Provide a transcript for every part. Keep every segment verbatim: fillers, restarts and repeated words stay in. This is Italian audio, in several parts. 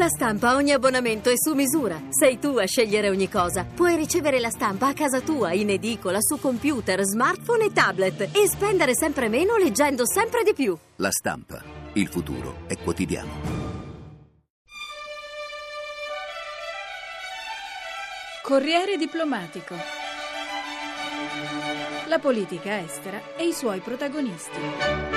Stampa ogni abbonamento è su misura. Sei tu a scegliere ogni cosa. Puoi ricevere la stampa a casa tua, in edicola, su computer, smartphone e tablet e spendere sempre meno leggendo sempre di più. La Stampa. Il futuro è quotidiano. Corriere diplomatico. La politica estera e i suoi protagonisti.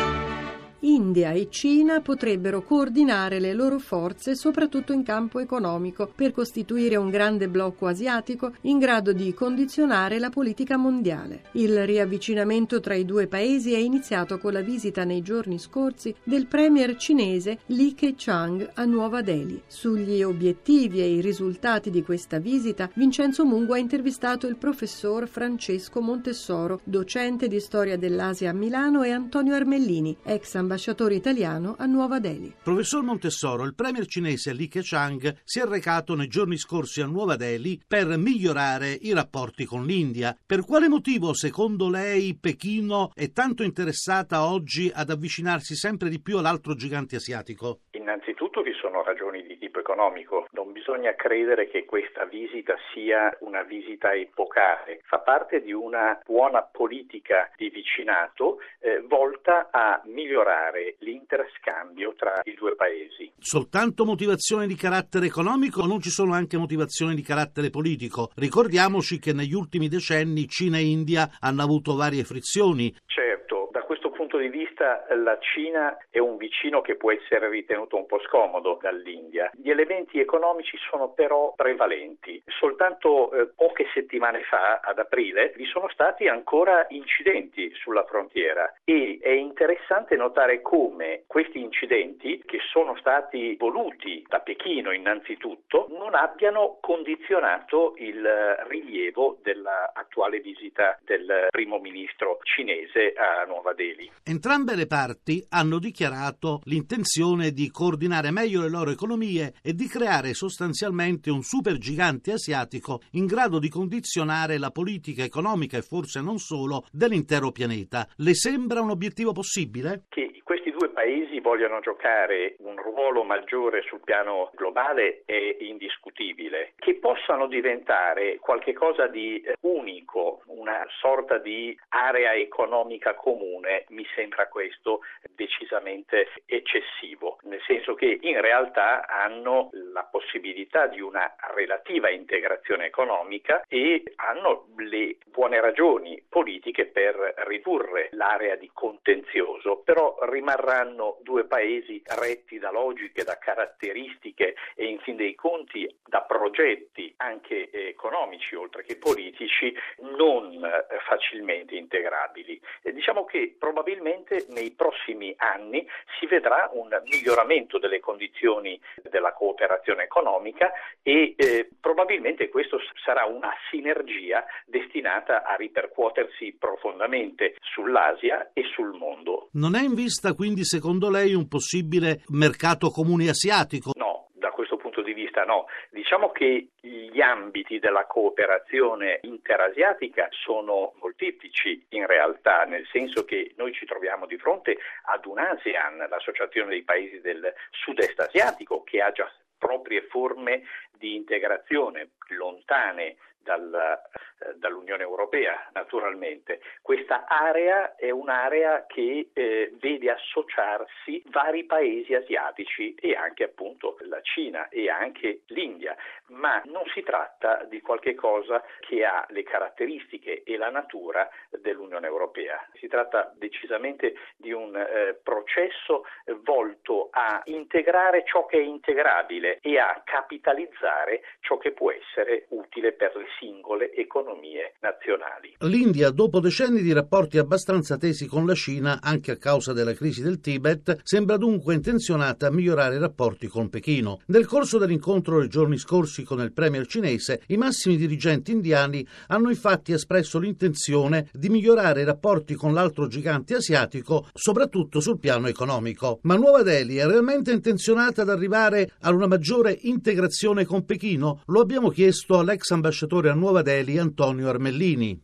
India e Cina potrebbero coordinare le loro forze soprattutto in campo economico per costituire un grande blocco asiatico in grado di condizionare la politica mondiale. Il riavvicinamento tra i due paesi è iniziato con la visita nei giorni scorsi del premier cinese Li Keqiang a Nuova Delhi. Sugli obiettivi e i risultati di questa visita, Vincenzo Mungo ha intervistato il professor Francesco Montessoro, docente di storia dell'Asia a Milano, e Antonio Armellini, ex ambasciatore italiano a Nuova Delhi. Professor Montessoro, il premier cinese Li Keqiang si è recato nei giorni scorsi a Nuova Delhi per migliorare i rapporti con l'India. Per quale motivo, secondo lei, Pechino è tanto interessata oggi ad avvicinarsi sempre di più all'altro gigante asiatico? Innanzitutto vi sono ragioni di tipo economico. Non bisogna credere che questa visita sia una visita epocale. Fa parte di una buona politica di vicinato eh, volta a migliorare l'interscambio tra i due paesi. Soltanto motivazioni di carattere economico o non ci sono anche motivazioni di carattere politico? Ricordiamoci che negli ultimi decenni Cina e India hanno avuto varie frizioni. Certo, da questo punto di vista la Cina è un vicino che può essere ritenuto un po' scomodo dall'India. Gli elementi economici sono però prevalenti. Soltanto eh, poche settimane fa, ad aprile, vi sono stati ancora incidenti sulla frontiera e è interessante notare come questi incidenti, che sono stati voluti da Pechino innanzitutto, non abbiano condizionato il rilievo dell'attuale visita del primo ministro cinese a Nuova Delhi. Entrambe le parti hanno dichiarato l'intenzione di coordinare meglio le loro economie e di creare sostanzialmente un supergigante asiatico in grado di condizionare la politica economica e forse non solo dell'intero pianeta. Le sembra un obiettivo possibile? Che questi due paesi vogliano giocare un ruolo maggiore sul piano globale è indiscutibile. Che possano diventare qualche cosa di unico, una sorta di area economica comune, mi sembra questo decisamente eccessivo, nel senso che in realtà hanno la possibilità di una relativa integrazione economica e hanno le buone ragioni politiche per ridurre l'area di contenzioso, però rimarranno due paesi retti da logiche, da caratteristiche e in fin dei conti da progetti anche economici oltre che politici non facilmente integrabili. E diciamo che probabilmente nei prossimi anni si vedrà un miglioramento delle condizioni della cooperazione economica e eh, probabilmente questo sarà una sinergia destinata a ripercuotersi profondamente sull'Asia e sul mondo. Non è in vista quindi secondo lei un possibile mercato comune asiatico? No, da questo punto di vista no. Diciamo che gli ambiti della cooperazione interasiatica sono molteplici in realtà, nel senso che noi ci troviamo di fronte ad un ASEAN, l'associazione dei paesi del sud-est asiatico, che ha già proprie forme di integrazione lontane Dal, eh, dall'Unione Europea, naturalmente. Questa area è un'area che eh, vede associarsi vari paesi asiatici e anche appunto la Cina e anche l'India, ma non si tratta di qualche cosa che ha le caratteristiche e la natura dell'Unione Europea. Si tratta decisamente di un eh, processo volto a integrare ciò che è integrabile e a capitalizzare ciò che può essere utile per le singole economie nazionali. L'India, dopo decenni di rapporti abbastanza tesi con la Cina, anche a causa della crisi del Tibet, sembra dunque intenzionata a migliorare i rapporti con Pechino. Nel corso dell'incontro dei giorni scorsi con il premier cinese, i massimi dirigenti indiani hanno infatti espresso l'intenzione di migliorare i rapporti con l'altro gigante asiatico, soprattutto sul piano economico. Ma Nuova Delhi è realmente intenzionata ad arrivare ad una maggiore integrazione con Pechino? Lo abbiamo chiesto all'ex ambasciatore a Nuova Delhi Antonio Armellini. Eh, la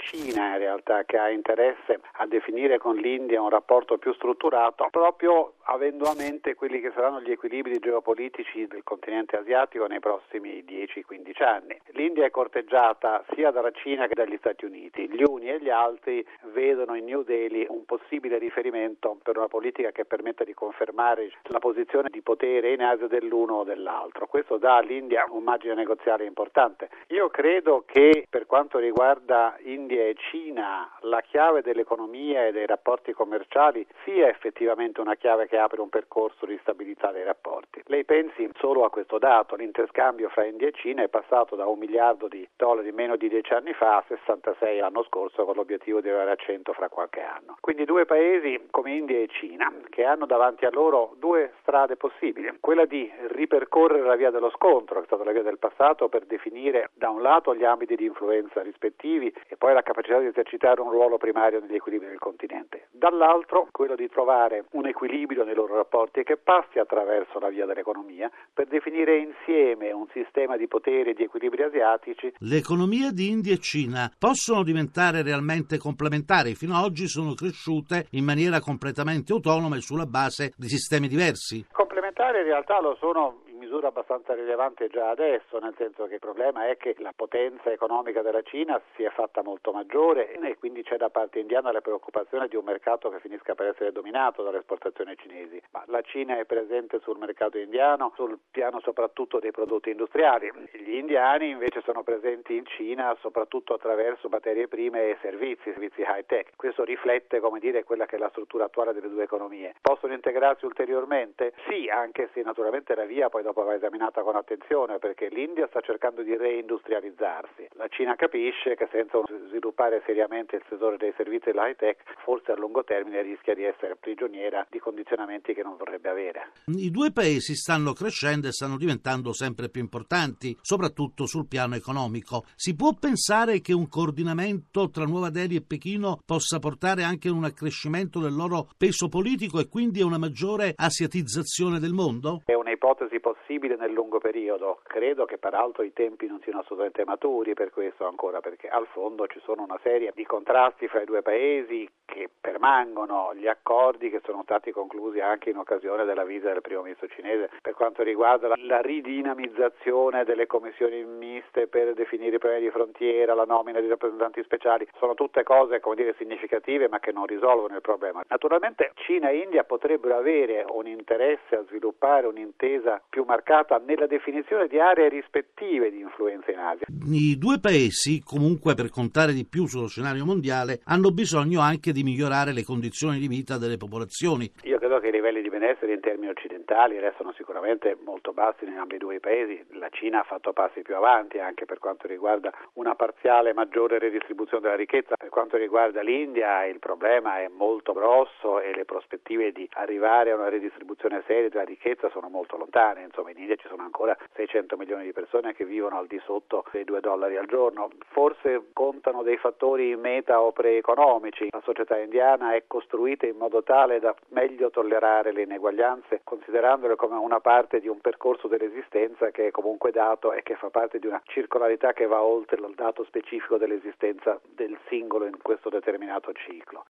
Cina in realtà che ha interesse a definire con l'India un rapporto più strutturato, proprio avendo a mente quelli che saranno gli equilibri geopolitici del continente asiatico nei prossimi dieci quindici anni. L'India è corteggiata sia dalla Cina che dagli Stati Uniti. Gli uni e gli altri vedono in New Delhi un possibile riferimento per una politica che permetta di confermare la posizione di potere in Asia dell'uno o dell'altro. Questo dà all'India un margine negoziale importante. Io credo che per quanto riguarda India e Cina la chiave dell'economia e dei rapporti commerciali sia effettivamente una chiave che apre un percorso di stabilità dei rapporti. Lei pensi solo a questo dato: l'interscambio fra India e Cina è passato da un miliardo di dollari meno di dieci anni fa a sessantasei l'anno scorso, con l'obiettivo di arrivare a cento fra qualche anno. Quindi due paesi come India e Cina che hanno davanti a loro due strade possibili: quella di ripercorrere la via dello scontro, che è stata la via del passato, per definire da un lato gli ambiti di influenza rispettivi e poi la capacità di esercitare un ruolo primario negli equilibri del continente, dall'altro quello di trovare un equilibrio nei loro rapporti e che passi attraverso la via dell'economia per definire insieme un sistema di poteri e di equilibri asiatici. Le economie di India e Cina possono diventare realmente complementari. Fino ad oggi sono cresciute in maniera completamente autonoma e sulla base di sistemi diversi. Complementari in realtà lo sono in misura abbastanza rilevante già adesso, nel senso che il problema è che la potenza economica della Cina si è fatta molto maggiore e quindi c'è da parte indiana la preoccupazione di un mercato che finisca per essere dominato dalle esportazioni cinesi. Ma la Cina è presente sul mercato indiano sul piano soprattutto dei prodotti industriali. Gli indiani invece sono presenti in Cina soprattutto attraverso materie prime e servizi, servizi high tech. Questo riflette, come dire, quella che è la struttura attuale delle due economie. Possono integrarsi ulteriormente? Sì, anche se naturalmente la via poi dopo va esaminata con attenzione, perché l'India sta cercando di reindustrializzarsi. La Cina capisce che senza sviluppare seriamente il settore dei servizi e dell'high tech, forse a lungo termine rischia di essere prigioniera di condizionamenti che non vorrebbe avere. I due paesi stanno crescendo e stanno diventando sempre più importanti, soprattutto sul piano economico. Si può pensare che un coordinamento tra Nuova Delhi e Pechino possa portare anche a un accrescimento del loro peso politico e quindi a una maggiore asiatizzazione del mondo? È un'ipotesi possibile nel lungo periodo. Credo che peraltro i tempi non siano assolutamente maturi per questo ancora, perché al fondo ci sono una serie di contrasti fra i due paesi che permangono. Gli accordi che sono stati conclusi anche in occasione della visita del primo ministro cinese per quanto riguarda la, la ridinamizzazione delle commissioni miste per definire i problemi di frontiera, la nomina di rappresentanti speciali, sono tutte cose, come dire, significative ma che non risolvono il problema. Naturalmente Cina e India potrebbero avere un interesse a sviluppare un'intesa più marcata nella definizione di aree rispettive di influenza in Asia. I due paesi, comunque, per contare di più sullo scenario mondiale, hanno bisogno anche di migliorare le condizioni di vita delle popolazioni. Io credo che i livelli di benessere in termini occidentali restano sicuramente molto bassi in ambedue i paesi. La Cina ha fatto passi più avanti anche per quanto riguarda una parziale maggiore redistribuzione della ricchezza. Per quanto riguarda l'India il problema è molto grosso e le prospettive di arrivare a una redistribuzione seria della ricchezza sono molto lontane. Insomma, in India ci sono ancora seicento milioni di persone che vivono al di sotto dei due dollari al giorno. Forse contano dei fattori meta o preeconomici. La società indiana è costruita in modo tale da meglio tollerare le ineguaglianze, considerandole come una parte di un percorso dell'esistenza che è comunque dato e che fa parte di una circolarità che va oltre il dato specifico dell'esistenza del singolo in questo determinato ciclo.